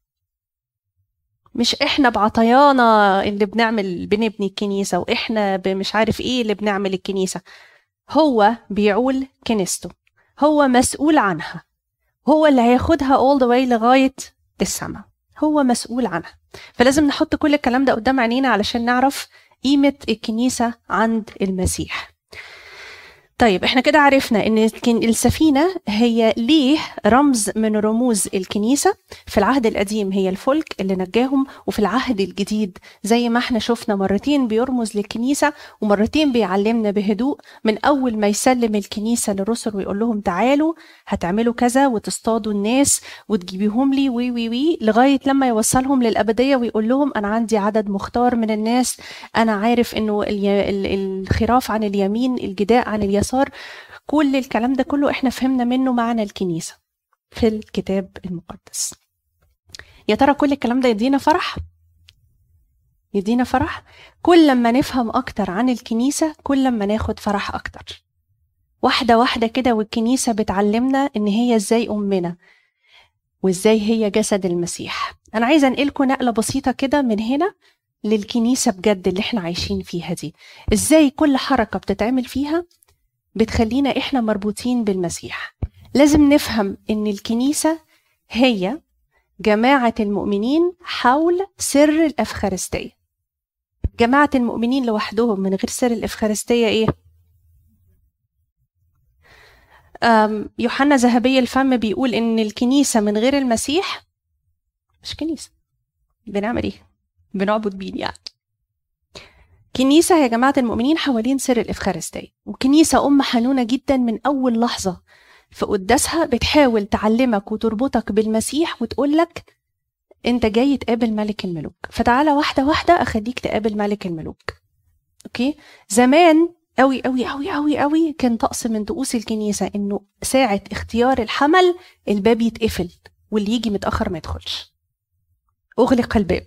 مش إحنا بعطيانا اللي بنعمل بنبني الكنيسة، وإحنا مش عارف إيه اللي بنعمل الكنيسة. هو بيعول كنيسته، هو مسؤول عنها، هو اللي هياخدها all the way لغاية السماء، هو مسؤول عنها. فلازم نحط كل الكلام ده قدام عينينا علشان نعرف قيمة الكنيسة عند المسيح. طيب احنا كده عرفنا ان السفينة هي ليه رمز من رموز الكنيسة. في العهد القديم هي الفلك اللي نجاهم، وفي العهد الجديد زي ما احنا شفنا مرتين بيرمز للكنيسة ومرتين بيعلمنا بهدوء. من اول ما يسلم الكنيسة للرسل ويقول لهم تعالوا هتعملوا كذا وتصطادوا الناس وتجيبيهم لي وي وي وي لغاية لما يوصلهم للأبدية ويقول لهم انا عندي عدد مختار من الناس، انا عارف انه الخراف عن اليمين الجداء عن اليسار. كل الكلام ده كله احنا فهمنا منه معنى الكنيسة في الكتاب المقدس. يا ترى كل الكلام ده يدينا فرح؟ يدينا فرح؟ كل لما نفهم اكتر عن الكنيسة كل لما ناخد فرح اكتر. واحدة واحدة كده، والكنيسة بتعلمنا ان هي ازاي امنا وازاي هي جسد المسيح. انا عايزة انقلكم نقلة بسيطة كده من هنا للكنيسة بجد اللي احنا عايشين فيها دي. ازاي كل حركة بتتعمل فيها بتخلينا احنا مربوطين بالمسيح. لازم نفهم ان الكنيسة هي جماعة المؤمنين حول سر الأفخارستية. جماعة المؤمنين لوحدهم من غير سر الأفخارستية ايه؟ يوحنا ذهبي الفم بيقول ان الكنيسة من غير المسيح مش كنيسة. بنعمل ايه؟ بنعبد مين يعني؟ كنيسة يا جماعة المؤمنين حوالين سر الإفخارستية، وكنيسة أم حنونة جدا من أول لحظة في قداسها بتحاول تعلمك وتربطك بالمسيح وتقولك أنت جاي تقابل ملك الملوك، فتعالى واحدة واحدة أخليك تقابل ملك الملوك. أوكي؟ زمان أوي أوي أوي أوي أوي كان طقس من طقوس الكنيسة إنه ساعة اختيار الحمل الباب يتقفل واللي يجي متأخر ما يدخلش. أغلق الباب،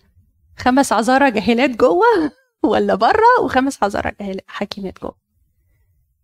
خمس عذارى جاهلات جوه ولا بره، وخمس عذارى حكيمات جوه.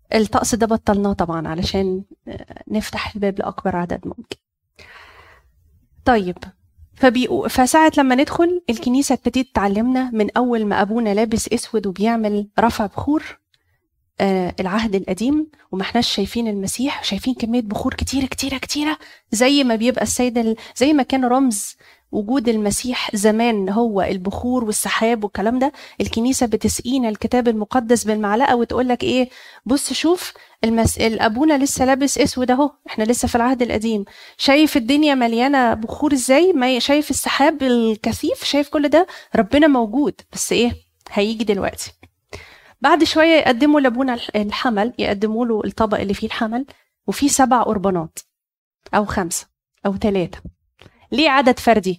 الطقس ده بطلناه طبعا علشان نفتح الباب لأكبر عدد ممكن. طيب فبيقو فساعة لما ندخل الكنيسة ابتدت تعلمنا من أول ما أبونا لابس أسود وبيعمل رفع بخور آه العهد القديم، وما احناش شايفين المسيح، شايفين كمية بخور كتيرة كتيرة كتيرة زي ما بيبقى السيد ال... زي ما كان رمز وجود المسيح زمان هو البخور والسحاب والكلام ده. الكنيسة بتسقينا الكتاب المقدس بالمعلقة وتقول لك ايه، بص شوف المس... الأبونا لسه لابس اسود اهو، احنا لسه في العهد القديم، شايف الدنيا مليانة بخور ازاي، ما شايف السحاب الكثيف، شايف كل ده، ربنا موجود، بس ايه هيجي دلوقتي. بعد شوية يقدموا لأبونا الحمل، يقدموا له الطبق اللي فيه الحمل وفيه سبع قربانات أو خمسة أو ثلاثة. ليه عدد فردي؟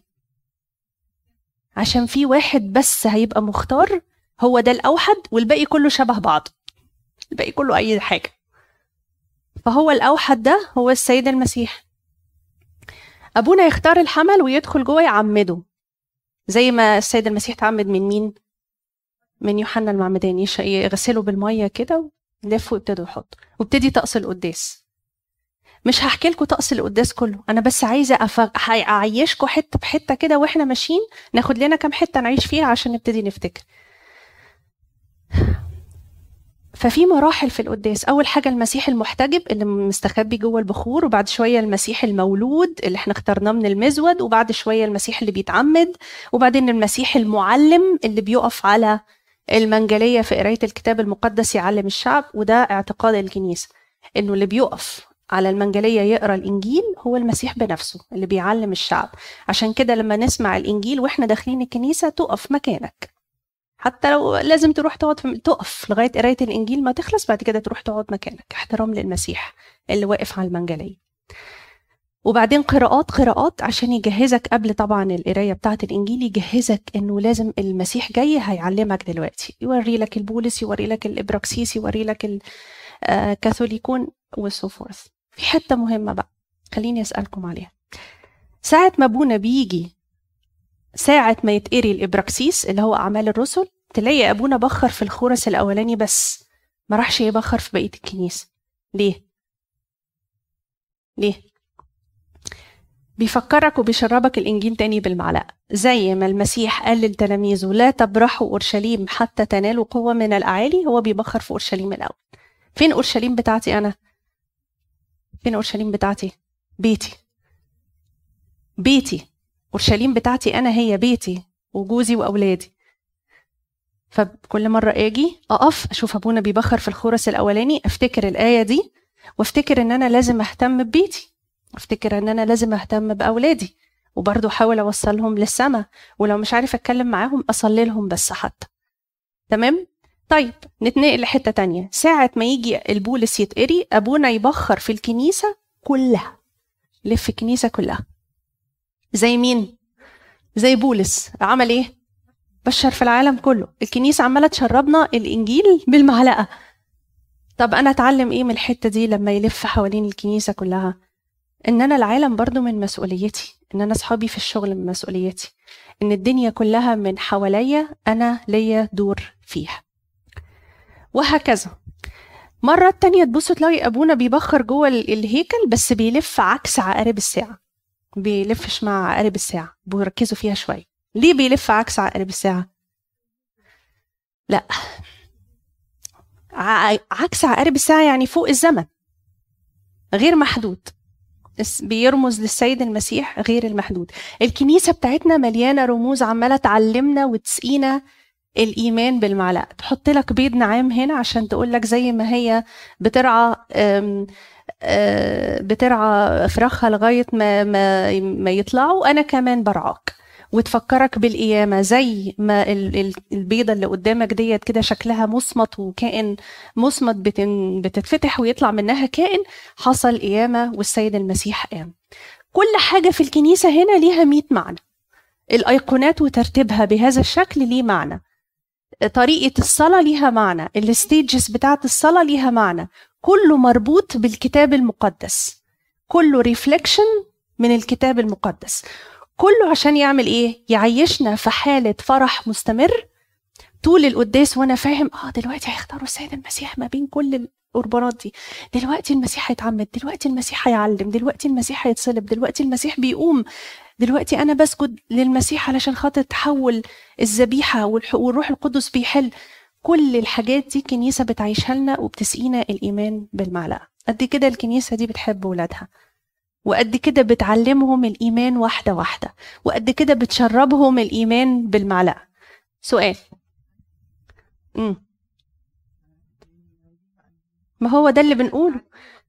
عشان في واحد بس هيبقى مختار، هو ده الأوحد، والباقي كله شبه بعض، الباقي كله أي حاجة. فهو الأوحد ده هو السيد المسيح. أبونا يختار الحمل ويدخل جوه يعمده، زي ما السيد المسيح تعمد من مين؟ من يوحنا المعمدان، يغسله بالميه كده ولف وابتدوا يحطوا، وابتدي طقس القداس. مش هحكي لكم طقس القداس كله، انا بس عايزه أف... اعيشكم حته بحته كده واحنا ماشيين، ناخد لنا كام حته نعيش فيها عشان نبتدي نفتكر. ففي مراحل في القداس. اول حاجه المسيح المحتجب اللي مستخبي جوه البخور، وبعد شويه المسيح المولود اللي احنا اخترناه من المزود، وبعد شويه المسيح اللي بيتعمد، وبعدين المسيح المعلم اللي بيقف على المنجلية في قراية الكتاب المقدس يعلم الشعب. وده اعتقاد الكنيسة، انه اللي بيقف على المنجلية يقرأ الإنجيل هو المسيح بنفسه اللي بيعلم الشعب. عشان كده لما نسمع الإنجيل واحنا داخلين الكنيسة تقف مكانك، حتى لو لازم تروح تقعد في... تقف لغاية قراية الإنجيل ما تخلص، بعد كده تروح تقعد مكانك، احترام للمسيح اللي واقف على المنجلية. وبعدين قراءات قراءات عشان يجهزك قبل طبعا القرايه بتاعه الانجيل، يجهزك انه لازم المسيح جاي هيعلمك دلوقتي، يوري لك البولس، يوري لك الابراكسيس، يوري لك الكاثوليكون وسو فورث. في حته مهمه بقى خليني اسالكم عليها. ساعه ما ابونا بيجي، ساعه ما يتقري الابراكسيس اللي هو اعمال الرسل، تلاقي ابونا بخر في الخورس الاولاني بس، ما راحش يبخر في بقيه الكنيسه. ليه ليه بيفكرك وبيشربك الإنجيل تاني بالمعلقة، زي ما المسيح قال للتلاميذ لا تبرحوا أورشليم حتى تنالوا قوة من الأعالي، هو بيبخر في أورشليم الأول. فين أورشليم بتاعتي أنا؟ فين أورشليم بتاعتي؟ بيتي. بيتي أورشليم بتاعتي أنا هي بيتي وجوزي وأولادي. فكل مرة أجي أقف أشوف أبونا بيبخر في الخورس الأولاني، أفتكر الآية دي، وافتكر إن أنا لازم أهتم ببيتي، افتكر ان انا لازم اهتم باولادي، وبرضه احاول اوصلهم للسما، ولو مش عارف اتكلم معاهم اصلي لهم بس حتى. تمام؟ طيب نتنقل لحته تانية. ساعه ما يجي البولس يتقري، ابونا يبخر في الكنيسه كلها، لف الكنيسه كلها. زي مين؟ زي بولس عمل ايه؟ بشر في العالم كله. الكنيسه عماله تشربنا الانجيل بالمعلقه. طب انا اتعلم ايه من الحته دي لما يلف حوالين الكنيسه كلها؟ ان انا العالم برضو من مسؤوليتي، ان انا اصحابي في الشغل من مسؤوليتي، ان الدنيا كلها من حواليا انا ليا دور فيها، وهكذا. مرة تانية تبصوا تلاقي ابونا بيبخر جوه الهيكل بس بيلف عكس عقارب الساعة، بيلفش مع عقارب الساعة، بيركزوا فيها شوية. ليه بيلف عكس عقارب الساعة؟ لا، عكس عقارب الساعة يعني فوق الزمن، غير محدود، بيرمز للسيد المسيح غير المحدود. الكنيسة بتاعتنا مليانة رموز عمالة تعلمنا وتسقينا الإيمان بالمعلقة. تحط لك بيض نعام هنا عشان تقول لك زي ما هي بترعى بترعى فراخها لغاية ما, ما, ما يطلعوا، أنا كمان برعاك، وتفكرك بالقيامة. زي ما البيضة اللي قدامك ديت كده شكلها مصمت وكائن مصمت بتتفتح ويطلع منها كائن، حصل قيامة والسيد المسيح قام. كل حاجة في الكنيسة هنا ليها مئة معنى. الأيقونات وترتيبها بهذا الشكل ليه معنى، طريقة الصلاة ليها معنى، الستيجز بتاعت الصلاة ليها معنى، كله مربوط بالكتاب المقدس، كله ريفلكشن من الكتاب المقدس، كله عشان يعمل ايه؟ يعيشنا في حالة فرح مستمر، طول القداس وانا فاهم اه دلوقتي هيختاروا السيد المسيح ما بين كل القربانات دي، دلوقتي المسيح هيتعمد، دلوقتي المسيح هيعلم، دلوقتي المسيح هيتصلب، دلوقتي المسيح بيقوم، دلوقتي انا بسجد للمسيح علشان خاطر تحول الذبيحه والروح القدس بيحل. كل الحاجات دي كنيسه بتعيشها لنا وبتسقينا الايمان بالمعلقه. قد كده الكنيسه دي بتحب ولادها، وقد كده بتعلمهم الايمان واحده واحده، وقد كده بتشربهم الايمان بالمعلقه. سؤال. امم ما هو ده اللي بنقوله.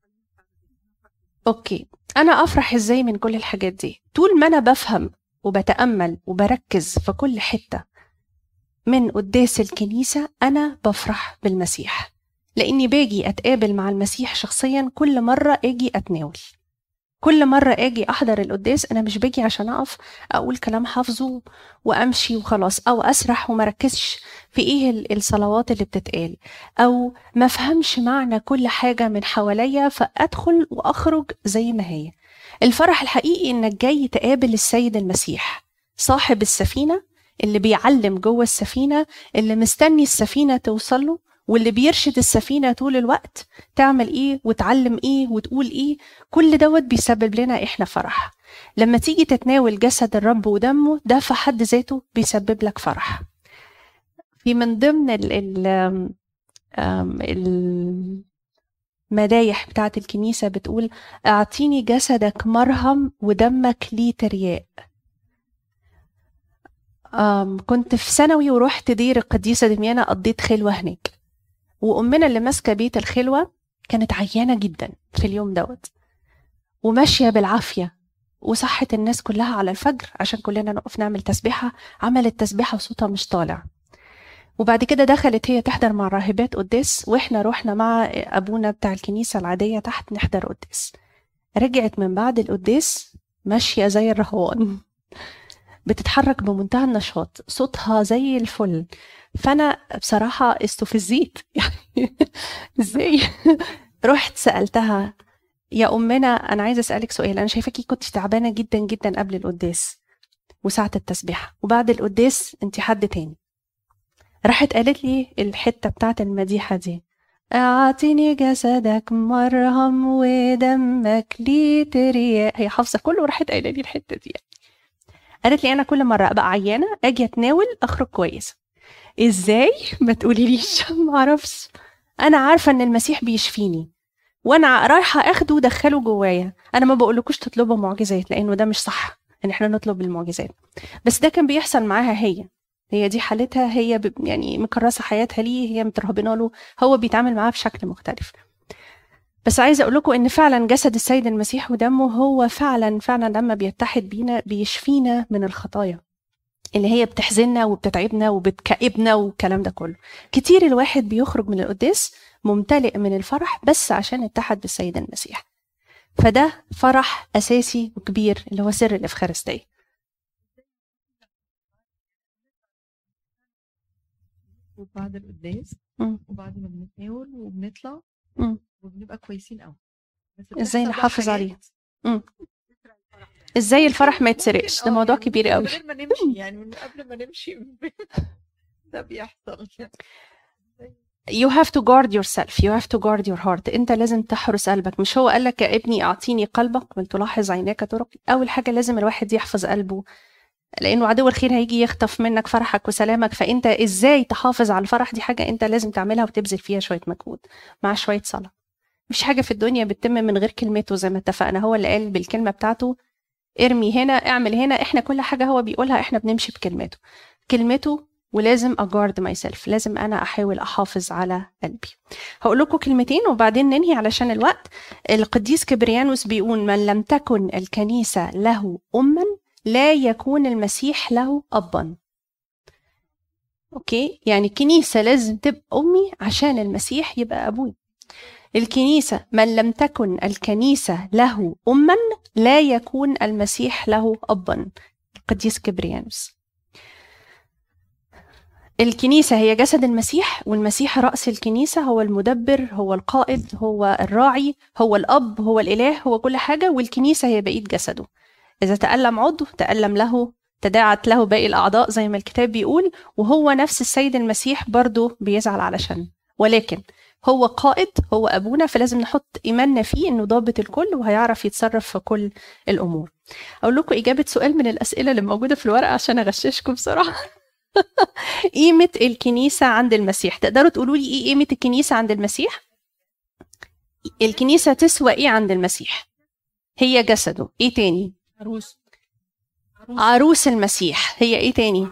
اوكي، انا افرح ازاي من كل الحاجات دي؟ طول ما انا بفهم وبتامل وبركز في كل حته من قداس الكنيسه انا بفرح بالمسيح، لاني باجي اتقابل مع المسيح شخصيا. كل مره اجي اتناول، كل مرة اجي احضر القداس، انا مش باجي عشان اقف اقول كلام حافظه وامشي وخلاص، او اسرح ومركزش في ايه الصلوات اللي بتتقال، او ما فهمش معنى كل حاجة من حواليا فادخل واخرج زي ما هي. الفرح الحقيقي انك جاي تقابل السيد المسيح صاحب السفينة، اللي بيعلم جوه السفينة، اللي مستني السفينة توصله، واللي بيرشد السفينة طول الوقت تعمل ايه وتعلم ايه وتقول ايه. كل دوت بيسبب لنا احنا فرح. لما تيجي تتناول جسد الرب ودمه، ده في حد ذاته بيسبب لك فرح. في من ضمن ال ال المدايح بتاعت الكنيسة بتقول اعطيني جسدك مرهم ودمك لي ترياء. كنت في ثانوي ورحت دير القديسة دميانة، قضيت خلوة هناك، وأمنا اللي ماسكة بيت الخلوة كانت عيانة جدا في اليوم دوت، وماشية بالعافية، وصحت الناس كلها على الفجر عشان كلنا نقف نعمل تسبيحة. عملت تسبيحة وصوتها مش طالع، وبعد كده دخلت هي تحضر مع الراهبات قداس، واحنا روحنا مع أبونا بتاع الكنيسة العادية تحت نحضر قداس. رجعت من بعد القداس ماشية زي الرهوان، بتتحرك بمنتهى النشاط، صوتها زي الفل. فأنا بصراحة استفزيت يعني ازاي. رحت سألتها يا أمنا أنا عايزة أسألك سؤال، أنا شايفاكي كنت تعبانة جدا جدا قبل القداس وساعة التسبيحة، وبعد القداس أنت حد تاني. راحت قالت لي الحتة بتاعت المديحة دي، أعطيني جسدك مرهم ودمك لي ترياء. هي حافظة كله، راحت قايلة لي الحتة دي. قالت لي أنا كل مرة أبقى عيانة أجي أتناول أخرج كويسة. إزاي؟ ما تقوليليش، ما أعرفش. أنا عارفة إن المسيح بيشفيني، وأنا رايحة أخده ودخله جوايا. أنا ما بقولكوش تطلبوا معجزات، لأنه ده مش صح إن إحنا نطلب المعجزات، بس ده كان بيحصل معاها هي. هي دي حالتها، هي يعني مكرسة حياتها ليه، هي مترهبنه له، هو بيتعامل معاها بشكل مختلف. بس عايزة أقول لكم إن فعلا جسد السيد المسيح ودمه هو فعلا فعلا لما بيتحد بينا بيشفينا من الخطايا اللي هي بتحزننا وبتتعبنا وبتكئبنا والكلام ده كله. كتير الواحد بيخرج من القداس ممتلئ من الفرح بس عشان اتحد بالسيد المسيح. فده فرح أساسي وكبير اللي هو سر الإفخارستية. وبعد القداس وبعد ما بنتناول وبنطلع مم. وبنبقى كويسين قوي. ازاي نحافظ عليه؟ امم ازاي الفرح ما يتسرقش؟ ده موضوع كبير قوي. من غير ما نمشي، يعني من قبل ما نمشي ده بيحصل. You have to guard yourself, you have to guard your heart. انت لازم تحرس قلبك. مش هو قال لك يا ابني اعطيني قلبك ولتلاحظ عيناك طرقي؟ اول حاجه لازم الواحد يحفظ قلبه، لانه عدو الخير هيجي يخطف منك فرحك وسلامك. فانت ازاي تحافظ على الفرح؟ دي حاجه انت لازم تعملها وتبذل فيها شويه مجهود مع شويه صلاه. مش حاجه في الدنيا بتتم من غير كلمته، زي ما اتفقنا. هو اللي قال بالكلمه بتاعته ارمي هنا اعمل هنا. احنا كل حاجه هو بيقولها احنا بنمشي بكلمته كلمته ولازم اجارد ماي سيلف، لازم انا احاول احافظ على قلبي. هقول لكم كلمتين وبعدين ننهي علشان الوقت. القديس كبريانوس بيقول من لم تكن الكنيسه له اما لا يكون المسيح له ابا. اوكي، يعني الكنيسه لازم تبقى امي عشان المسيح يبقى ابوي. الكنيسه من لم تكن الكنيسه له اما لا يكون المسيح له ابا. القديس كبريانوس. الكنيسة هي جسد المسيح، والمسيح رأس الكنيسة، هو المدبر، هو القائد، هو الراعي، هو الأب، هو الإله، هو كل حاجة. والكنيسة هي بقية جسده. إذا تألم عضو تألم له تداعت له باقي الأعضاء زي ما الكتاب بيقول، وهو نفس السيد المسيح برضو بيزعل علشان، ولكن هو قائد، هو أبونا، فلازم نحط إيماننا فيه إنه ضابط الكل وهيعرف يتصرف في كل الأمور. أقول لكم إجابة سؤال من الأسئلة اللي موجودة في الورقة عشان أغششكم بسرعة. قيمة الكنيسة عند المسيح، تقدروا تقولوا لي إيه قيمة الكنيسة عند المسيح؟ الكنيسة تسوى إيه عند المسيح؟ هي جسده. إيه تاني؟ عروس عروس المسيح. هي إيه تاني؟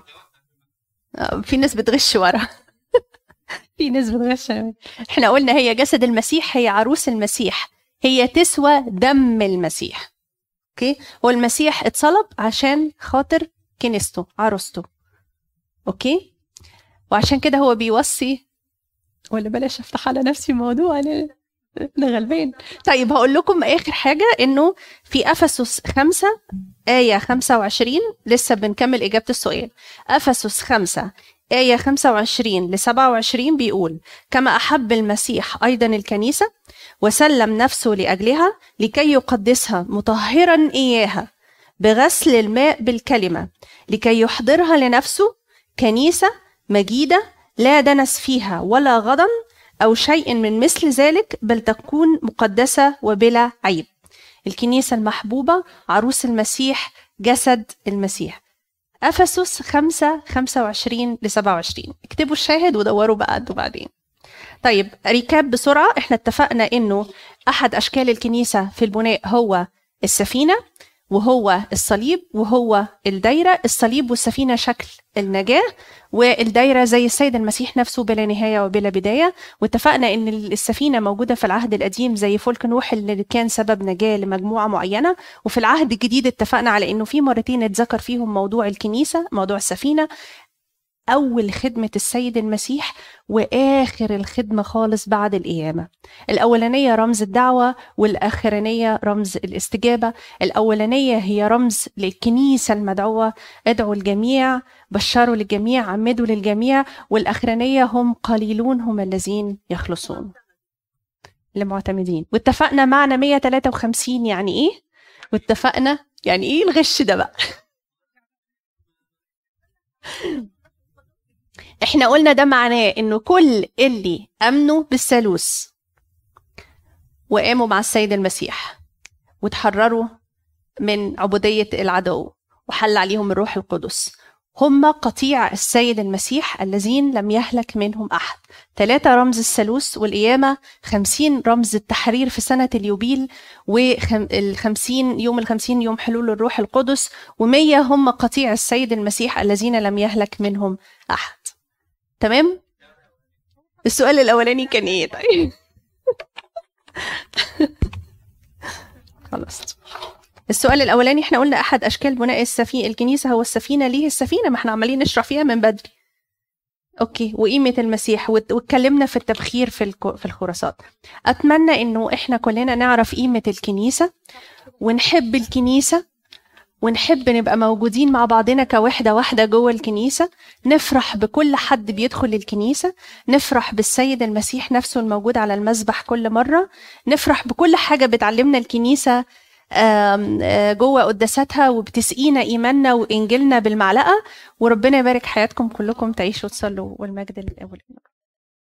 في ناس بتغش ورا. في ناس بتغش. احنا قلنا هي جسد المسيح، هي عروس المسيح، هي تسوى دم المسيح. اوكي، هو المسيح اتصلب عشان خاطر كنيسته، عروسته. اوكي، وعشان كده هو بيوصي، ولا بلاش افتح على نفسي موضوع، انا انا غلبان. طيب هقول لكم اخر حاجه، انه في افسس خمسة آية خمسة وعشرين، لسه بنكمل إجابة السؤال. أفسس خمسة آية خمسة وعشرين لسبعة وعشرين بيقول: كما أحب المسيح أيضا الكنيسة وسلم نفسه لأجلها لكي يقدسها مطهرا إياها بغسل الماء بالكلمة، لكي يحضرها لنفسه كنيسة مجيدة لا دنس فيها ولا غضن أو شيء من مثل ذلك، بل تكون مقدسة وبلا عيب. الكنيسة المحبوبة، عروس المسيح، جسد المسيح. أفسس خمسة خمسة وعشرين لسبعة وعشرين. اكتبوا الشاهد ودوروا بقى انتوا بعدين. طيب ريكاب بسرعة، احنا اتفقنا انه احد اشكال الكنيسة في البناء هو السفينة، وهو الصليب، وهو الدايرة. الصليب والسفينة شكل النجاة، والدايرة زي السيد المسيح نفسه بلا نهاية وبلا بداية. واتفقنا ان السفينة موجودة في العهد القديم زي فلك نوح اللي كان سبب نجاة لمجموعة معينة، وفي العهد الجديد اتفقنا على انه في مرتين اتذكر فيهم موضوع الكنيسة، موضوع السفينة، أول خدمة السيد المسيح وآخر الخدمة خالص بعد القيامة. الأولانية رمز الدعوة، والآخرانية رمز الاستجابة. الأولانية هي رمز للكنيسة المدعوة، ادعوا الجميع، بشروا للجميع، عمدوا للجميع. والآخرانية هم قليلون هم الذين يخلصون، المعتمدين. واتفقنا معنى مية وتلاتة وخمسين يعني إيه؟ واتفقنا يعني إيه الغش ده بقى. احنا قلنا ده معناه انه كل اللي امنوا بالثالوث وقاموا مع السيد المسيح وتحرروا من عبودية العدو وحل عليهم الروح القدس، هم قطيع السيد المسيح الذين لم يهلك منهم أحد. ثلاثة رمز الثالوث والقيامة، خمسين رمز التحرير في سنة اليوبيل، والخمسين يوم الخمسين يوم حلول الروح القدس، ومية هم قطيع السيد المسيح الذين لم يهلك منهم أحد. تمام؟ السؤال الأولاني كان إيه طيب؟ خلاص. السؤال الأولاني احنا قلنا أحد أشكال بناء السفينة الكنيسة هو السفينة. ليه السفينة؟ ما احنا عمالين نشرح فيها من بدري. أوكي، وقيمة المسيح، واتكلمنا في التبخير في في الخراسات. أتمنى إنه احنا كلنا نعرف قيمة الكنيسة ونحب الكنيسة، ونحب نبقى موجودين مع بعضنا كوحدة واحدة جوه الكنيسة، نفرح بكل حد بيدخل الكنيسة، نفرح بالسيد المسيح نفسه الموجود على المذبح كل مرة، نفرح بكل حاجة بتعلمنا الكنيسة جوه قداساتها وبتسقينا إيماننا وإنجيلنا بالمعلقة. وربنا يبارك حياتكم كلكم، تعيشوا وتصلوا، والمجد للأول.